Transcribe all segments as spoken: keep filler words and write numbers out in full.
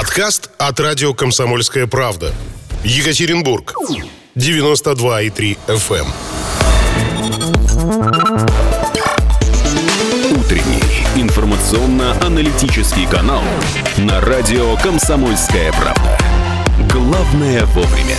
Подкаст от радио «Комсомольская правда». Екатеринбург. девяносто два и три эф эм. Утренний информационно-аналитический канал на радио «Комсомольская правда». Главное вовремя.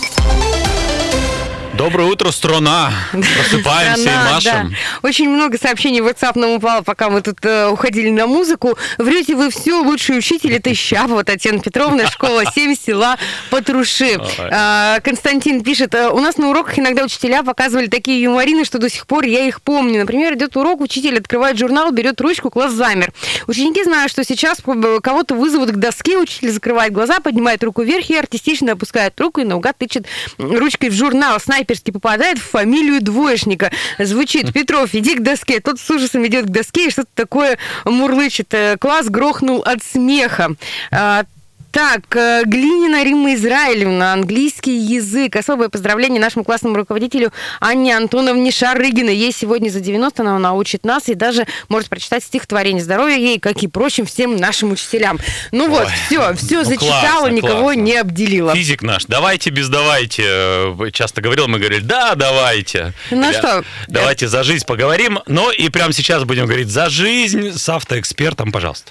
Доброе утро, страна! Просыпаемся Страна, и машем. Да. Очень много сообщений в WhatsApp нам упало, пока мы тут э, уходили на музыку. Врете вы все, лучший учитель — это Щапова Татьяна Петровна, школа семь, села Патруши. А, Константин пишет: у нас на уроках иногда учителя показывали такие юморины, что до сих пор я их помню. Например, идет урок, учитель открывает журнал, берет ручку, класс замер. Ученики знают, что сейчас кого-то вызовут к доске, учитель закрывает глаза, поднимает руку вверх и артистично опускает руку и наугад тычет ручкой в журнал. Снайперски попадает в фамилию двоечника. Звучит: Петров, иди к доске. Тот с ужасом идет к доске и что-то такое мурлычет. Класс грохнул от смеха. Так, Глинина Римма Израилевна, английский язык. Особое поздравление нашему классному руководителю Анне Антоновне Шарыгиной. Ей сегодня за девяносто, она научит нас и даже может прочитать стихотворение. Здоровья ей, как и прочим всем нашим учителям. Ну вот, Ой, все, все ну, зачитала, классно, никого классно. Не обделила. Физик наш, давайте без давайте. Часто говорил, мы говорили, да, давайте. Ну да, что? Давайте за жизнь поговорим. Ну и прямо сейчас будем говорить за жизнь с автоэкспертом, пожалуйста.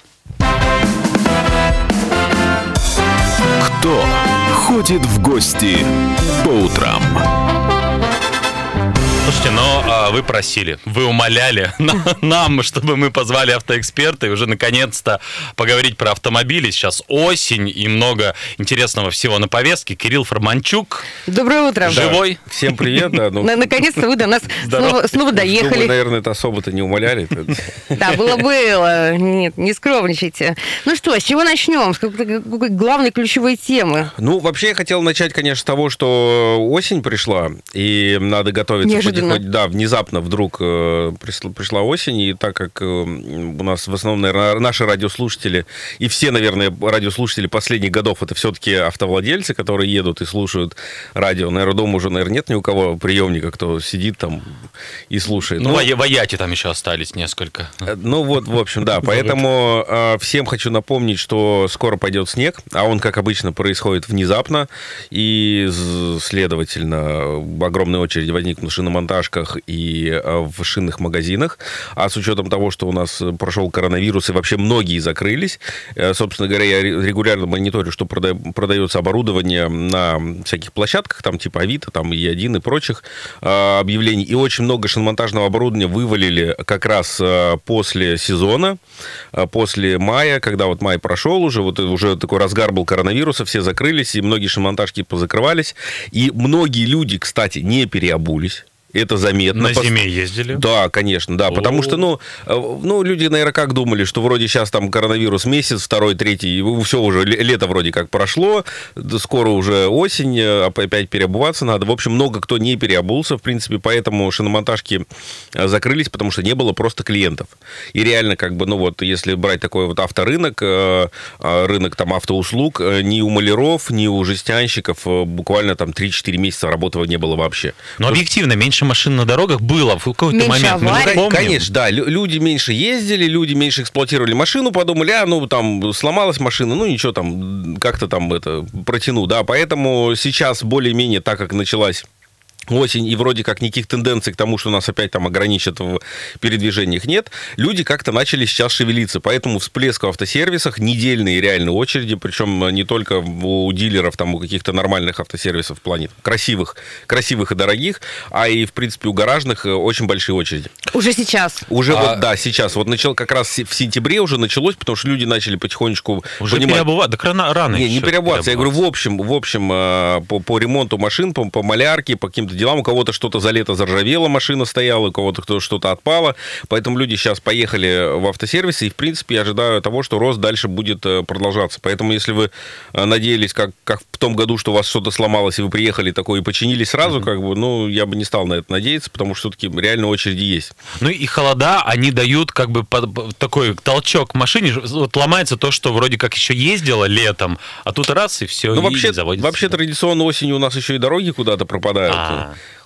Кто ходит в гости по утрам? Слушайте, но а, вы просили, вы умоляли нам, чтобы мы позвали автоэксперта и уже наконец-то поговорить про автомобили. Сейчас осень и много интересного всего на повестке. Кирилл Фарманчук. Доброе утро. Живой. Да. Всем привет. Да, ну... Наконец-то вы до нас снова, снова доехали. Думаю, наверное, это особо-то не умоляли. Да, было-было. Нет, не скромничайте. Ну что, с чего начнем? С какой главной ключевой темы? Ну, вообще, я хотел начать, конечно, с того, что осень пришла, и надо готовиться потихоньку. Да, внезапно вдруг э, пришла, пришла осень, и так как э, у нас в основном, наверное, наши радиослушатели, и все, наверное, радиослушатели последних годов, это все-таки автовладельцы, которые едут и слушают радио. Наверное, дома уже, наверное, нет ни у кого приемника, кто сидит там и слушает. Ну, ну вояки там еще остались несколько. Ну, вот, в общем, да. Поэтому э, всем хочу напомнить, что скоро пойдет снег, а он, как обычно, происходит внезапно, и, следовательно, огромные очереди возникнут в шиномонтажках и в шинных магазинах. А с учетом того, что у нас прошел коронавирус, и вообще многие закрылись, собственно говоря, я регулярно мониторю, что продается оборудование на всяких площадках, там типа Авито, там и один и прочих объявлений. И очень много шиномонтажного оборудования вывалили как раз после сезона, после мая, когда вот май прошел уже, вот уже такой разгар был коронавируса, все закрылись, и многие шиномонтажки позакрывались. И многие люди, кстати, не переобулись. Это заметно. На зиме ездили? Да, конечно, да. О-о-о. Потому что, ну, ну, люди, наверное, как думали, что вроде сейчас там коронавирус месяц, второй, третий, и все уже, лето вроде как прошло, скоро уже осень, опять переобуваться надо. В общем, много кто не переобулся, в принципе, поэтому шиномонтажки закрылись, потому что не было просто клиентов. И реально, как бы, ну вот, если брать такой вот авторынок, рынок там автоуслуг, ни у маляров, ни у жестянщиков буквально там три-четыре месяца работы не было вообще. Но Потому объективно, меньше машин на дорогах было в какой-то меньше момент. Мы не помним. Конечно, да. Люди меньше ездили, люди меньше эксплуатировали машину, подумали, а, ну, там, сломалась машина, ну, ничего, там, как-то там это протяну, да. Поэтому сейчас более-менее, так как началась осень, и вроде как никаких тенденций к тому, что нас опять там ограничат в передвижениях, нет. Люди как-то начали сейчас шевелиться, поэтому всплеск в автосервисах, недельные реальные очереди, причем не только у дилеров, там, у каких-то нормальных автосервисов в плане красивых, красивых и дорогих, а и, в принципе, у гаражных очень большие очереди. Уже сейчас? Уже а... вот, да, сейчас. Вот начал как раз в сентябре уже началось, потому что люди начали потихонечку уже понимать... переобуваться, да рано, рано Не, еще не переобуваться. Я говорю, в общем, в общем по, по ремонту машин, по, по малярке, по каким-то делам. У кого-то что-то за лето заржавело, машина стояла, у кого-то что-то отпало. Поэтому люди сейчас поехали в автосервисы, и, в принципе, я ожидаю того, что рост дальше будет продолжаться. Поэтому, если вы надеялись, как, как в том году, что у вас что-то сломалось, и вы приехали такое и починили сразу, mm-hmm. как бы, ну, я бы не стал на это надеяться, потому что все-таки реально очереди есть. Ну, и холода, они дают как бы такой толчок машине. Вот ломается то, что вроде как еще ездило летом, а тут раз, и все, ну, и вообще, заводится. Вообще, традиционно осенью у нас еще и дороги куда-то пропадают. А-а-а.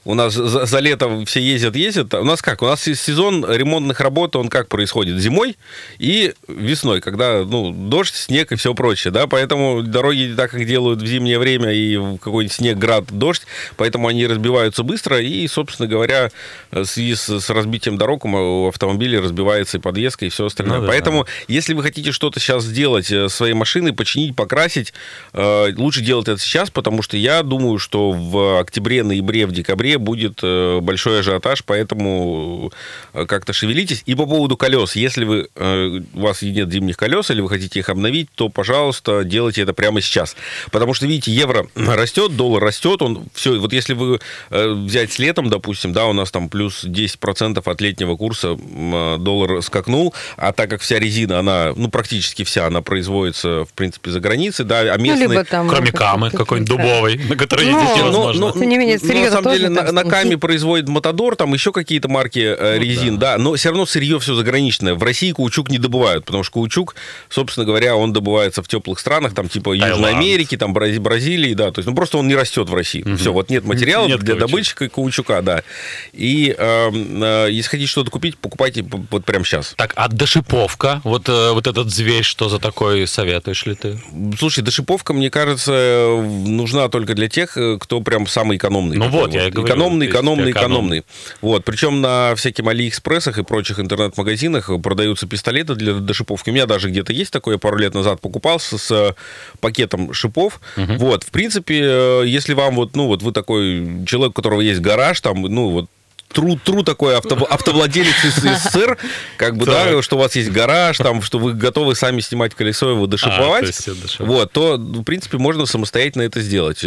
У нас за, за лето все ездят, ездят. У нас как? У нас сезон ремонтных работ, он как происходит? Зимой и весной, когда, ну, дождь, снег и все прочее, да, поэтому дороги так, как делают в зимнее время, и какой-нибудь снег, град, дождь, поэтому они разбиваются быстро, и, собственно говоря, в связи с, с разбитием дорог у автомобилей разбивается и подвеска, и все остальное. Ну, да, поэтому, да. если вы хотите что-то сейчас сделать своей машиной, починить, покрасить, лучше делать это сейчас, потому что я думаю, что в октябре, ноябре, в декабре будет большой ажиотаж, поэтому как-то шевелитесь. И по поводу колес, если вы, у вас нет зимних колес, или вы хотите их обновить, то, пожалуйста, делайте это прямо сейчас. Потому что, видите, евро растет, доллар растет, он все, вот если вы взять с летом, допустим, да, у нас там плюс десять процентов от летнего курса доллар скакнул, а так как вся резина, она, ну, практически вся, она производится, в принципе, за границей, да, а местные... Ну, там, кроме камы какой-нибудь дубовой, на которой ездить невозможно. Ну, не менее, на самом деле, на, на каме производит Мотодор, там еще какие-то марки э, резин, ну, да. да, но все равно сырье все заграничное. В России каучук не добывают, потому что каучук, собственно говоря, он добывается в теплых странах, там типа Таиланд. Южной Америки, там Бразилии, да, то есть, ну, просто он не растет в России. Угу. Все, вот нет материалов нет для каучук. добычи каучука, да. И э, э, если хотите что-то купить, покупайте вот прямо сейчас. Так, а дошиповка, вот, э, вот этот зверь, что за такой советуешь ли ты? Слушай, дошиповка, мне кажется, нужна только для тех, кто прям самый экономный. Ну такой, вот, я и говорю. Экономный, экономный, экономный. Вот, причем на всяких Алиэкспрессах и прочих интернет-магазинах продаются пистолеты для дошиповки. У меня даже где-то есть такое, я пару лет назад покупал с, с пакетом шипов. Угу. Вот, в принципе, если вам вот, ну, вот вы такой человек, у которого есть гараж, там, ну, вот, Тру, тру такой авто, автовладелец из СССР, как бы, так. да, что у вас есть гараж, там, что вы готовы сами снимать колесо, его дошиповать, а, то вот, то, в принципе, можно самостоятельно это сделать.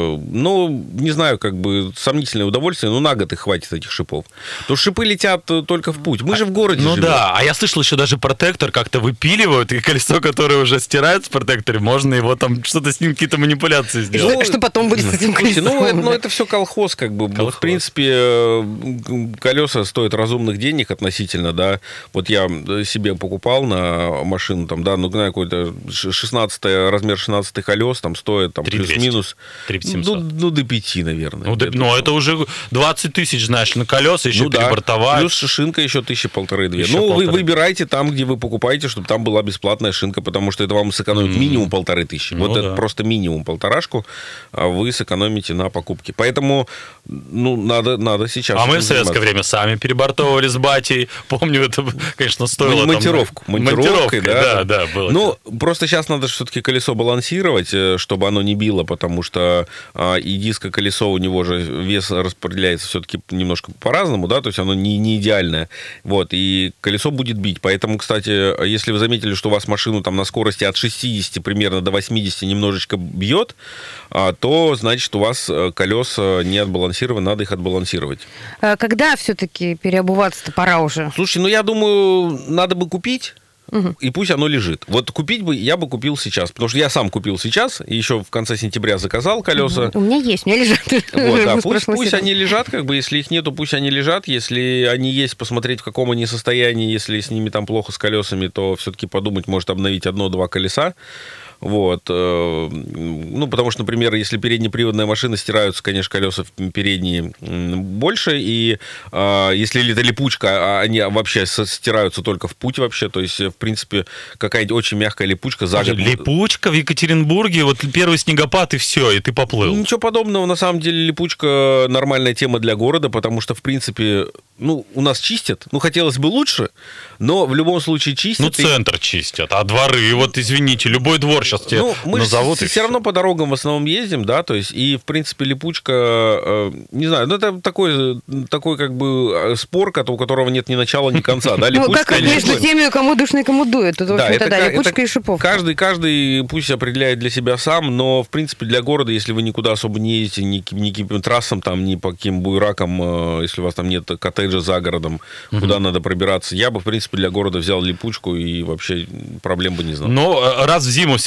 Ну, не знаю, как бы, сомнительное удовольствие, но на год их хватит, этих шипов. Потому что шипы летят только в путь. Мы же в городе Ну живем. да, а я слышал, еще даже протектор как-то выпиливают, и колесо, которое уже стирают в протекторе, можно его там, что-то с ним, какие-то манипуляции сделать. Ну, что потом будет с этим колесом? Ну, ну, это все колхоз, как бы. Колхоз. В принципе, колеса стоят разумных денег относительно, да. Вот я себе покупал на машину, там, да, ну, какой-то шестнадцатый, размер шестнадцатый колес, там, стоит, там, плюс-минус, ну, ну, до пяти, наверное. Ну, ну, это уже двадцать тысяч, знаешь, на колеса, еще ну, перебортовать. Да. Плюс шинка еще тысячи полторы-две. Ну, полторы. Вы выбираете там, где вы покупаете, чтобы там была бесплатная шинка, потому что это вам сэкономит mm-hmm. минимум полторы тысячи. Ну, вот да. это просто минимум полторашку, а вы сэкономите на покупке. Поэтому, ну, надо, надо сейчас... А мы в советское время сами перебортовывали с батей. Помню, это, конечно, стоило... Монтировку. Там... Монтировкой, да. Да, да, было. Ну, это. Просто сейчас надо все-таки колесо балансировать, чтобы оно не било, потому что а, и диск, и колесо, у него же вес распределяется все-таки немножко по-разному, да, то есть оно не, не идеальное. Вот, и колесо будет бить. Поэтому, кстати, если вы заметили, что у вас машину там на скорости от шестидесяти примерно до восьмидесяти немножечко бьет, а, то, значит, у вас колеса не отбалансированы, надо их отбалансировать. Когда все-таки переобуваться-то пора уже? Слушай, ну я думаю, надо бы купить. Угу. И пусть оно лежит. Вот купить бы, я бы купил сейчас, потому что я сам купил сейчас, и еще в конце сентября заказал колеса. У меня есть, у меня лежат. Вот, да, пусть, пусть они лежат, как бы, если их нету, пусть они лежат. Если они есть, посмотреть, в каком они состоянии, если с ними там плохо с колесами, то все-таки подумать, может обновить одно-два колеса. Вот. Ну, потому что, например, если переднеприводная машина, стираются, конечно, колеса передние больше, и э, если это липучка, они вообще стираются только в путь вообще, то есть, в принципе, какая-нибудь очень мягкая липучка за год... Липучка в Екатеринбурге, вот первый снегопад, и все, и ты поплыл. Ничего подобного, на самом деле, липучка нормальная тема для города, потому что, в принципе, ну, у нас чистят, ну, хотелось бы лучше, но в любом случае чистят. Ну, центр и... чистят, а дворы, вот, извините, любой двор сейчас тебе ну, мы назовут. Мы все равно по дорогам в основном ездим, да, то есть, и, в принципе, липучка, э, не знаю, ну, это такой, такой, как бы, спор, у которого нет ни начала, ни конца, да, липучка. Ну, как между теми, кому душно и кому дует, тут, в общем-то, да, липучка и шиповка. Каждый, каждый пусть определяет для себя сам, но, в принципе, для города, если вы никуда особо не ездите, ни ни каким трассам, там, ни по каким буйракам, если у вас там нет коттеджа за городом, куда надо пробираться, я бы, в принципе, для города взял липучку и вообще проблем бы не знал. Но раз в зиму все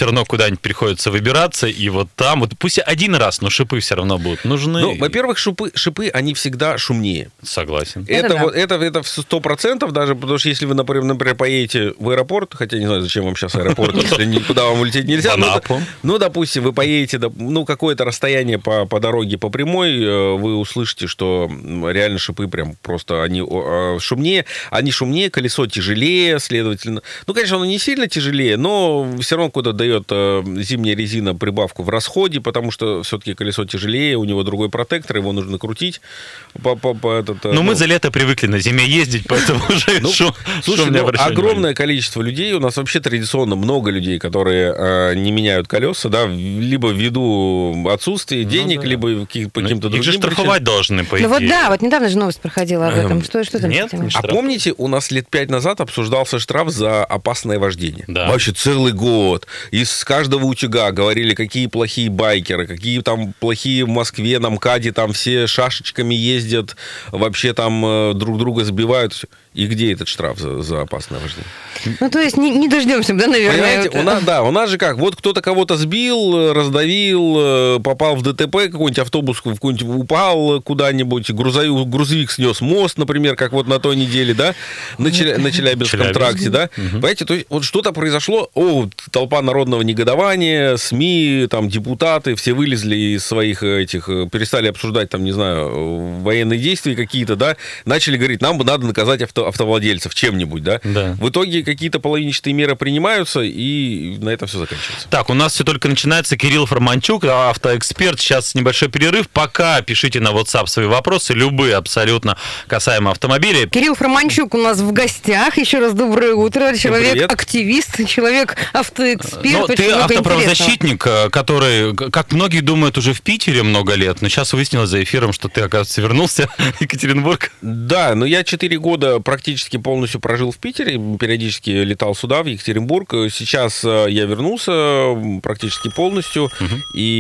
равно куда-нибудь приходится выбираться, и вот там, вот пусть один раз, но шипы все равно будут нужны. Ну, во-первых, шипы, шипы, они всегда шумнее. Согласен. Это, Это да. вот, это, это в сто процентов даже, потому что если вы, например, например, поедете в аэропорт, хотя не знаю, зачем вам сейчас аэропорт, если никуда вам улететь нельзя. В Анапу. Ну, допустим, вы поедете, ну, какое-то расстояние по, по дороге, по прямой, вы услышите, что реально шипы прям просто, они шумнее, они шумнее, колесо тяжелее, следовательно. Ну, конечно, оно не сильно тяжелее, но все равно куда-то дает зимняя резина прибавку в расходе, потому что все-таки колесо тяжелее, у него другой протектор, его нужно крутить. По, по, по этот, ну, ну, мы за лето привыкли на зиме ездить, поэтому уже ну, шум, слушай, шум не ну, обращаю огромное внимания. количество людей, у нас вообще традиционно много людей, которые э, не меняют колеса, да, либо ввиду отсутствия Ну, денег, да. либо каких- по каким-то Их другим же штрафовать должны, по идее. Ну вот да, вот недавно же новость проходила об этом. Эм, Что, что там? нет, с этим? не А штраф. помните, у нас лет пять назад обсуждался штраф за опасное вождение? Да. Вообще целый год. Из каждого утюга говорили, какие плохие байкеры, какие там плохие в Москве, на МКАДе, там все шашечками ездят, вообще там э, друг друга сбивают. И где этот штраф за, за опасное вождение? Ну, то есть не, не дождемся, да, наверное. Понимаете, вот. у нас, да, у нас же как, вот кто-то кого-то сбил, раздавил, попал в ДТП, какой-нибудь автобус в какой-нибудь упал куда-нибудь, грузовик, грузовик снес мост, например, как вот на той неделе, да, на, Челя- на Челябинском Челябинск. тракте, да. Понимаете, то есть вот что-то произошло, о, толпа народного негодования, СМИ, там, депутаты, все вылезли из своих этих, перестали обсуждать, там, не знаю, военные действия какие-то, да, начали говорить, нам бы надо наказать авто, автовладельцев чем-нибудь, да. Да. В итоге какие-то половинчатые меры принимаются, и на этом все заканчивается. Так, у нас все только начинается. Кирилл Форманчук, автоэксперт. Сейчас небольшой перерыв. Пока пишите на WhatsApp свои вопросы, любые абсолютно касаемо автомобилей. Кирилл Форманчук у нас в гостях. Еще раз доброе утро. Человек-активист, человек-автоэксперт. Ну, Очень ты много автоправозащитник, который, как многие думают, уже в Питере много лет, но сейчас выяснилось за эфиром, что ты, оказывается, вернулся в Екатеринбург. Да, но я четыре года практически полностью прожил в Питере, периодически летал сюда, в Екатеринбург. Сейчас я вернулся практически полностью Угу.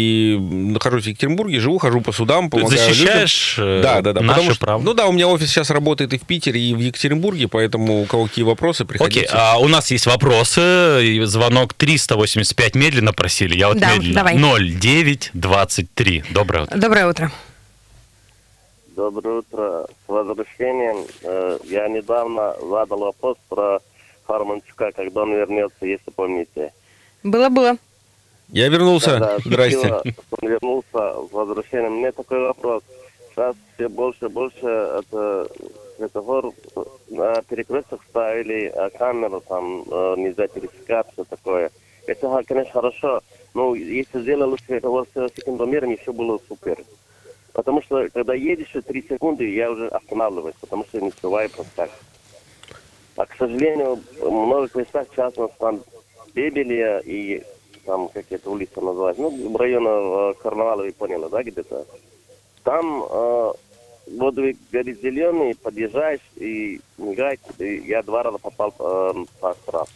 и нахожусь в Екатеринбурге, живу, хожу по судам, Ты помогаю защищаешь людям. Да, да, да. наши потому что, права. ну да, у меня офис сейчас работает и в Питере, и в Екатеринбурге, поэтому у кого какие вопросы, приходите. Окей, а у нас есть вопросы. И звонок триста восемьдесят пять медленно просили. Я вот Да, медленно. давай. ноль девять двадцать три. Доброе утро. Доброе утро. Доброе утро. С возвращением. Э, Я недавно задал вопрос про Форманчука, когда он вернется, если помните. Было-было. Я вернулся. Да, Здрасте. спасибо, что он вернулся с возвращением. У меня такой вопрос. Сейчас все больше и больше это светофор на перекрестках ставили, а камеру там э, нельзя пересекать, все такое. Это, конечно, хорошо. Но если сделали светофор с секундомерами, все было супер. Потому что, когда едешь три секунды, я уже останавливаюсь, потому что не успеваю просто так. А, к сожалению, в многих местах, в частности, там Бебелия и там, как это улица называется, ну, в районе э, Карнавала, вы поняли, да, где-то? Там э, вот горит зеленый, подъезжаешь и мигает, и я два раза попал э, по штрафу.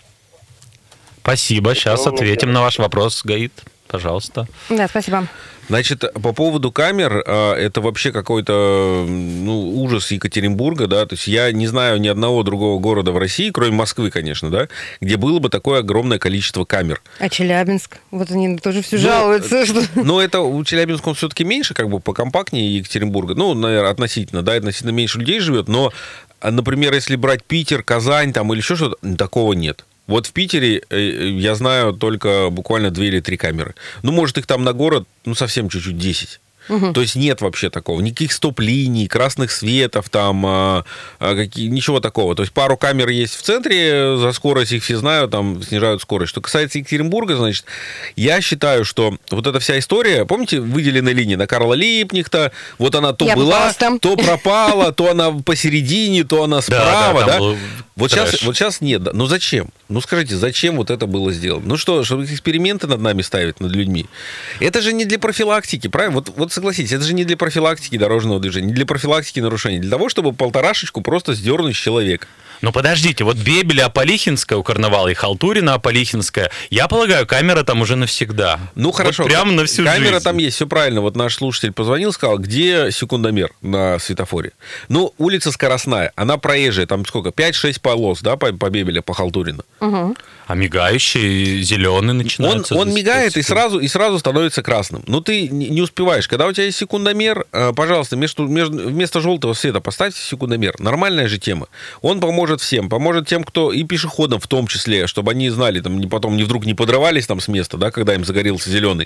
Спасибо. Сейчас Это у меня ответим всё. на ваш вопрос, Гаит. Пожалуйста. Да, спасибо. Значит, по поводу камер, а, это вообще какой-то, ну, ужас Екатеринбурга, да, то есть я не знаю ни одного другого города в России, кроме Москвы, конечно, да, где было бы такое огромное количество камер. А Челябинск? Вот они тоже все Ну, жалуются, что... Но это у Челябинска он все-таки меньше, как бы покомпактнее Екатеринбурга, ну, наверное, относительно, да, относительно меньше людей живет, но, например, если брать Питер, Казань там или еще что-то, такого нет. Вот в Питере я знаю только буквально две или три камеры. Ну, может, их там на город, ну, совсем чуть-чуть десять. Угу. То есть нет вообще такого. Никаких стоп-линий, красных светов, там, а, а, какие, ничего такого. То есть пару камер есть в центре, за скорость их все знают, там снижают скорость. Что касается Екатеринбурга, значит, я считаю, что вот эта вся история, помните, выделенная линия на Карла Липнихта, вот она то Я была, там. то пропала, то она посередине, то она справа, да? Вот трэш. сейчас, вот сейчас нет. Ну зачем? Ну скажите, зачем вот это было сделано? Ну что, чтобы эксперименты над нами ставить, над людьми? Это же не для профилактики, правильно? Вот, вот согласитесь, это же не для профилактики дорожного движения, не для профилактики нарушений, для того, чтобы полторашечку просто сдернуть с человека. Ну подождите, вот Бебеля Аполихинская у Карнавала и Халтурина Аполихинская, я полагаю, камера там уже навсегда. Ну хорошо, вот прямо на всю камера жизнь. там есть, все правильно. Вот наш слушатель позвонил, сказал, где секундомер на светофоре. Ну, улица Скоростная, она проезжая, там сколько, пять-шесть полос, да, по, по Бебеля, по Халтурина. Угу. А мигающий зеленый начинается. Он, он мигает и сразу, и сразу становится красным. Но ты не успеваешь. Когда у тебя есть секундомер, пожалуйста, между, между, вместо желтого света поставьте секундомер. Нормальная же тема. Он поможет всем. Поможет тем, кто и пешеходам в том числе, чтобы они знали, там, потом не вдруг не подрывались там с места, да, когда им загорелся зеленый.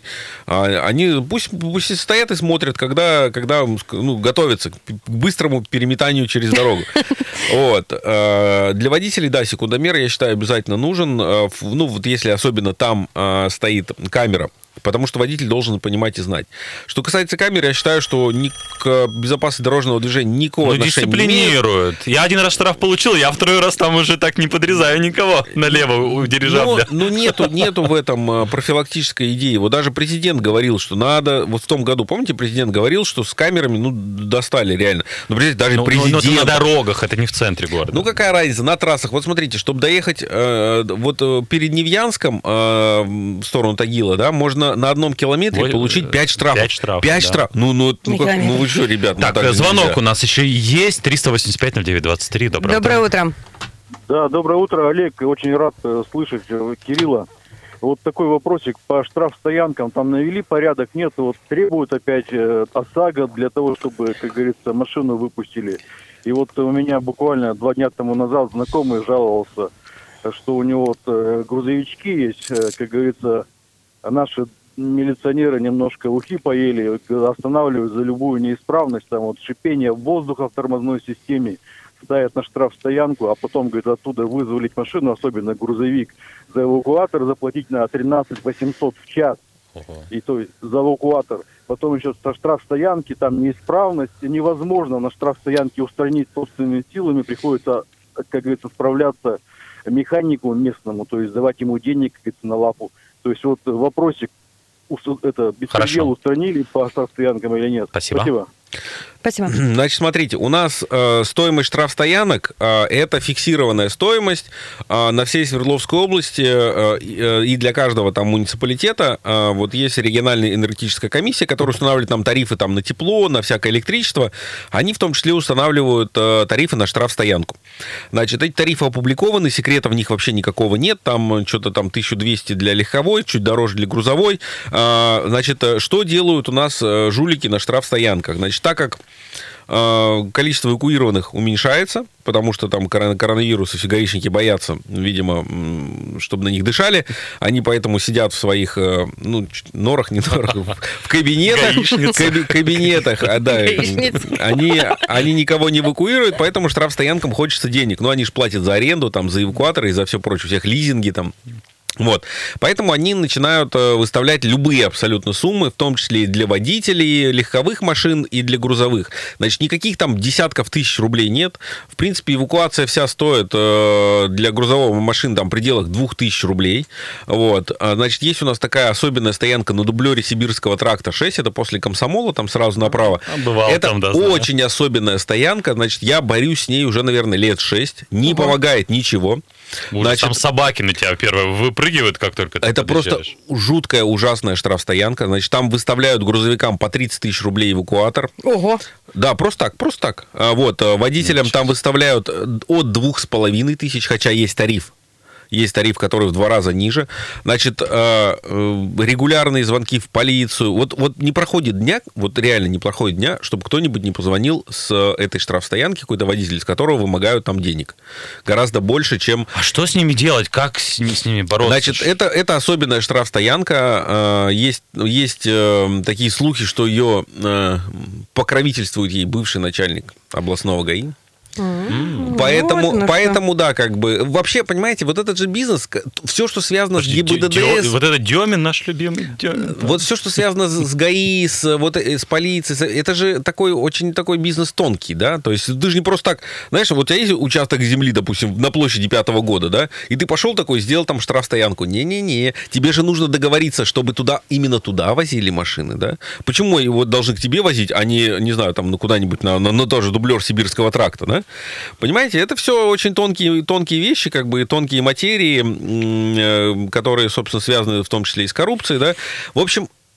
А они пусть, пусть стоят и смотрят, когда, когда ну, готовятся к быстрому переметанию через дорогу. Вот. Для водителей, да, секундомер, я считаю, обязательно нужен. Ну, вот если особенно там стоит камера, потому что водитель должен понимать и знать. Что касается камеры, я считаю, что ни к безопасности дорожного движения никакого ну, отношения не имеет. Дисциплинируют. Я один раз штраф получил, я второй раз там уже так не подрезаю никого налево у дирижабля. Ну, ну нету, нету в этом профилактической идеи. Вот даже президент говорил, что надо... Вот в том году, помните, президент говорил, что с камерами, ну, достали реально. Ну, даже ну, президент... Но это на дорогах, это не в центре города. Ну, какая разница? На трассах. Вот смотрите, чтобы доехать э, вот перед Невьянском э, в сторону Тагила, да, можно на одном километре Ой, получить пять штрафов. пять штрафов, пять да. штрафов. Ну, ну, ну, как, ну вы что, ребят? Так, ну, звонок нельзя. У нас еще есть. триста восемьдесят пять ноль девять двадцать три. Доброе, Доброе утро. утро. Да, доброе утро, Олег. Очень рад слышать Кирилла. Вот такой вопросик по штрафстоянкам. Там навели порядок, нет, вот требуют опять ОСАГО для того, чтобы, как говорится, машину выпустили. И вот у меня буквально два дня тому назад знакомый жаловался, что у него вот грузовички есть, как говорится, наши милиционеры немножко ухи поели, останавливают за любую неисправность, там вот шипение воздуха в тормозной системе, ставят на штрафстоянку, а потом, говорит, оттуда вызволить машину, особенно грузовик, за эвакуатор заплатить на тринадцать восемьсот в час. Uh-huh. И то есть за эвакуатор. Потом еще со штрафстоянки, там неисправность, невозможно на штрафстоянке устранить собственными силами, приходится, как говорится, справляться механику местному, то есть давать ему денег, как говорится, на лапу. То есть вот вопросик, это беспредел устранили по штрафстоянкам или нет? Спасибо. Спасибо. Спасибо. Значит, смотрите, у нас э, стоимость штрафстоянок э, это фиксированная стоимость э, на всей Свердловской области э, э, и для каждого там муниципалитета. Э, вот есть региональная энергетическая комиссия, которая устанавливает нам тарифы там на тепло, на всякое электричество. Они в том числе устанавливают э, тарифы на штрафстоянку. Значит, эти тарифы опубликованы, секрета в них вообще никакого нет. Там что-то там тысяча двести для легковой, чуть дороже для грузовой. Э, значит, что делают у нас жулики на штрафстоянках? Значит, так как количество эвакуированных уменьшается, потому что там коронавирус и все гаишники боятся, видимо, чтобы на них дышали. Они поэтому сидят в своих, ну, норах, не норах, в кабинетах. Каби- кабинетах, а, да. Они, они никого не эвакуируют, поэтому штрафстоянкам хочется денег. Ну, они же платят за аренду, там, за эвакуаторы и за все прочее, всех лизинги там. Вот. Поэтому они начинают выставлять любые абсолютно суммы, в том числе и для водителей легковых машин, и для грузовых. Значит, никаких там десятков тысяч рублей нет. В принципе, эвакуация вся стоит для грузового машин там в пределах двух тысяч рублей. Вот. Значит, есть у нас такая особенная стоянка на дублере Сибирского тракта шесть, это после Комсомола, там сразу направо. Бывал это там, да, очень знаю. Особенная стоянка. Значит, я борюсь с ней уже, наверное, лет шесть. Не угу. помогает ничего. Значит, там собаки на тебя первые выпрыгивают, как только ты это просто жуткая, ужасная штрафстоянка. Значит, там выставляют грузовикам по тридцать тысяч рублей эвакуатор. Ого! Да, просто так, просто так. Вот, водителям там выставляют от двух с половиной тысяч, хотя есть тариф. Есть тариф, который в два раза ниже. Значит, регулярные звонки в полицию. Вот, вот не проходит дня, вот реально не проходит дня, чтобы кто-нибудь не позвонил с этой штрафстоянки, какой-то водитель, с которого вымогают там денег. Гораздо больше, чем... А что с ними делать? Как с, с ними бороться? Значит, это, это особенная штрафстоянка. Есть, есть такие слухи, что ее покровительствует ей бывший начальник областного ГАИ. Mm-hmm. Поэтому, вот поэтому да, как бы вообще, понимаете, вот этот же бизнес, все, что связано Подожди, с ГИБДД, Дё, вот это Демин, наш любимый Демин. Вот все, что связано с ГАИ, с, вот, с полицией, это же такой очень такой бизнес тонкий, да, то есть ты же не просто так, знаешь, вот у тебя есть участок земли, допустим, на площади пятого года, да, и ты пошел такой, сделал там штрафстоянку, не-не-не, тебе же нужно договориться, чтобы туда, именно туда возили машины, да, почему его должны к тебе возить, а не, не знаю, там, ну, куда-нибудь на, на, на тоже дублер Сибирского тракта, да. Понимаете, это все очень тонкие, тонкие вещи, как бы тонкие материи, которые, собственно, связаны в том числе и с коррупцией, да. В общем,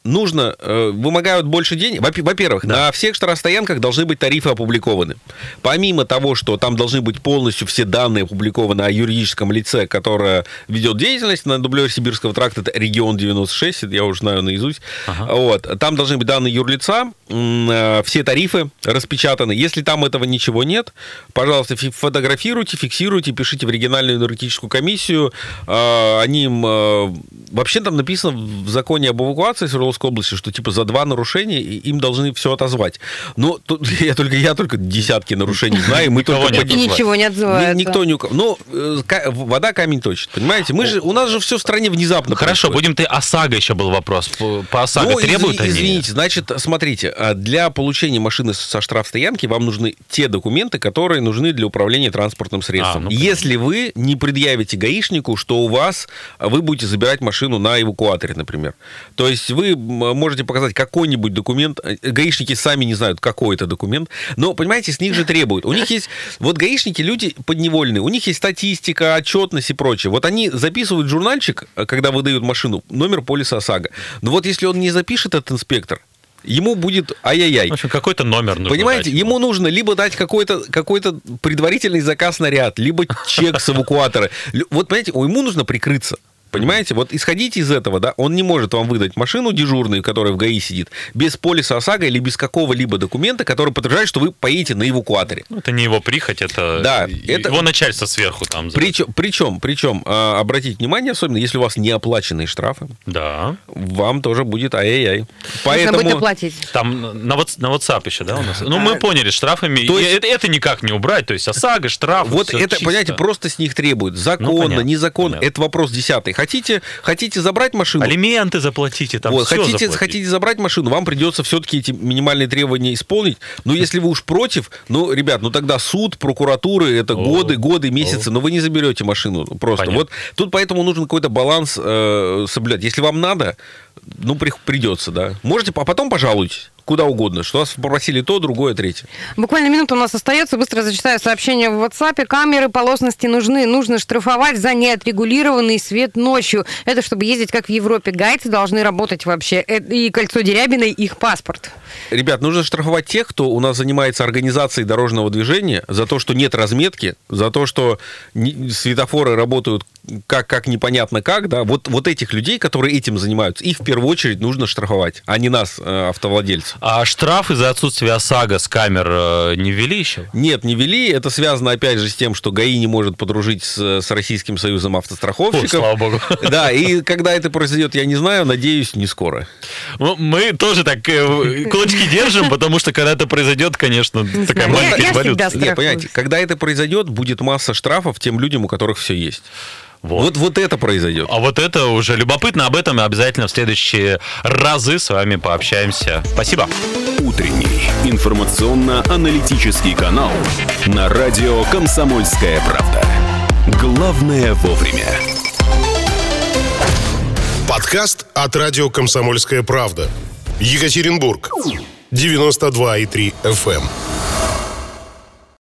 нужно, э, вымогают больше денег. Во-первых, да. на всех штрафстоянках должны быть тарифы опубликованы. Помимо того, что там должны быть полностью все данные опубликованы о юридическом лице, которое ведет деятельность на дублере Сибирского тракта, это регион девяносто шесть, я уже знаю наизусть. Ага. Вот. Там должны быть данные юрлица, э, все тарифы распечатаны. Если там этого ничего нет, пожалуйста, фотографируйте, фиксируйте, пишите в региональную энергетическую комиссию. Э, они им... Э, вообще там написано в законе об эвакуации Свердловской области, что типа за два нарушения им должны все отозвать. Но тут я только, я только десятки нарушений знаю, мы только по ничего не отзывается. Никто не... Ну, вода камень точит, понимаете? Мы же, у нас же все в стране внезапно. Хорошо, будем ты ОСАГО еще был вопрос. По ОСАГО ну, требуют они? Извините, значит, смотрите, для получения машины со штрафстоянки вам нужны те документы, которые нужны для управления транспортным средством. А, ну, если вы не предъявите гаишнику, что у вас, вы будете забирать машину на эвакуаторе, например. То есть вы можете показать какой-нибудь документ, гаишники сами не знают, какой это документ, но, понимаете, с них же требуют. У них есть, вот гаишники, люди подневольные, у них есть статистика, отчетность и прочее. Вот они записывают в журнальчик, когда выдают машину, номер полиса ОСАГО. Но вот если он не запишет, этот инспектор, ему будет ай-яй-яй. В общем, какой-то номер нужно Понимаете, дать. Ему нужно либо дать какой-то, какой-то предварительный заказ на ряд, либо чек с эвакуатора. Вот, понимаете, ему нужно прикрыться. Понимаете, вот исходите из этого, да, он не может вам выдать машину дежурную, которая в ГАИ сидит, без полиса ОСАГО или без какого-либо документа, который подтверждает, что вы поедете на эвакуаторе. Это не его прихоть, это, да, это... его начальство сверху там. Причем, причем, причем, обратите внимание, особенно если у вас неоплаченные штрафы, да. вам тоже будет ай-яй-яй. Поэтому... Нужно будет оплатить. Там на, на WhatsApp еще, да, у нас? Ну, мы поняли, штрафами, то есть... это, это никак не убрать, то есть ОСАГО, штрафы. Вот это, чисто. Понимаете, просто с них требуют. Законно, ну, незаконно, понятно. Это вопрос десятый. Хотите, хотите забрать машину? Алименты заплатите, там вот, все хотите, заплатить. Хотите забрать машину, вам придется все-таки эти минимальные требования исполнить. Но если вы уж против, ну, ребят, ну тогда суд, прокуратуры, это О, годы, годы, месяцы, О. но вы не заберете машину просто. Понятно. Вот тут поэтому нужен какой-то баланс э, соблюдать. Если вам надо, ну, при, придется, да. Можете, а потом пожалуйтесь. Куда угодно, что вас попросили то, другое, третье. Буквально минута у нас остается. Быстро зачитаю сообщение в WhatsApp. Камеры полосности нужны. Нужно штрафовать за неотрегулированный свет ночью. Это чтобы ездить как в Европе. Гайцы должны работать вообще. И кольцо Дерябиной их паспорт. Ребят, нужно штрафовать тех, кто у нас занимается организацией дорожного движения, за то, что нет разметки, за то, что светофоры работают как, как непонятно как, да. Вот, вот этих людей, которые этим занимаются, их в первую очередь нужно штрафовать, а не нас, автовладельцев. А штрафы за отсутствие ОСАГО с камер не ввели еще? Нет, не ввели. Это связано, опять же, с тем, что ГАИ не может подружить с, с Российским союзом автостраховщиков. О, слава богу. Да, и когда это произойдет, я не знаю, надеюсь, не скоро. Мы тоже так кулачки держим, потому что когда это произойдет, конечно, такая маленькая эволюция. Нет, понимаете, когда это произойдет, будет масса штрафов тем людям, у которых все есть. Вот. Вот, вот это произойдет. А вот это уже любопытно. Об этом мы обязательно в следующие разы с вами пообщаемся. Спасибо. Утренний информационно-аналитический канал на радио «Комсомольская правда». Главное вовремя. Подкаст от радио «Комсомольская правда». Екатеринбург. девяносто два и три эф эм.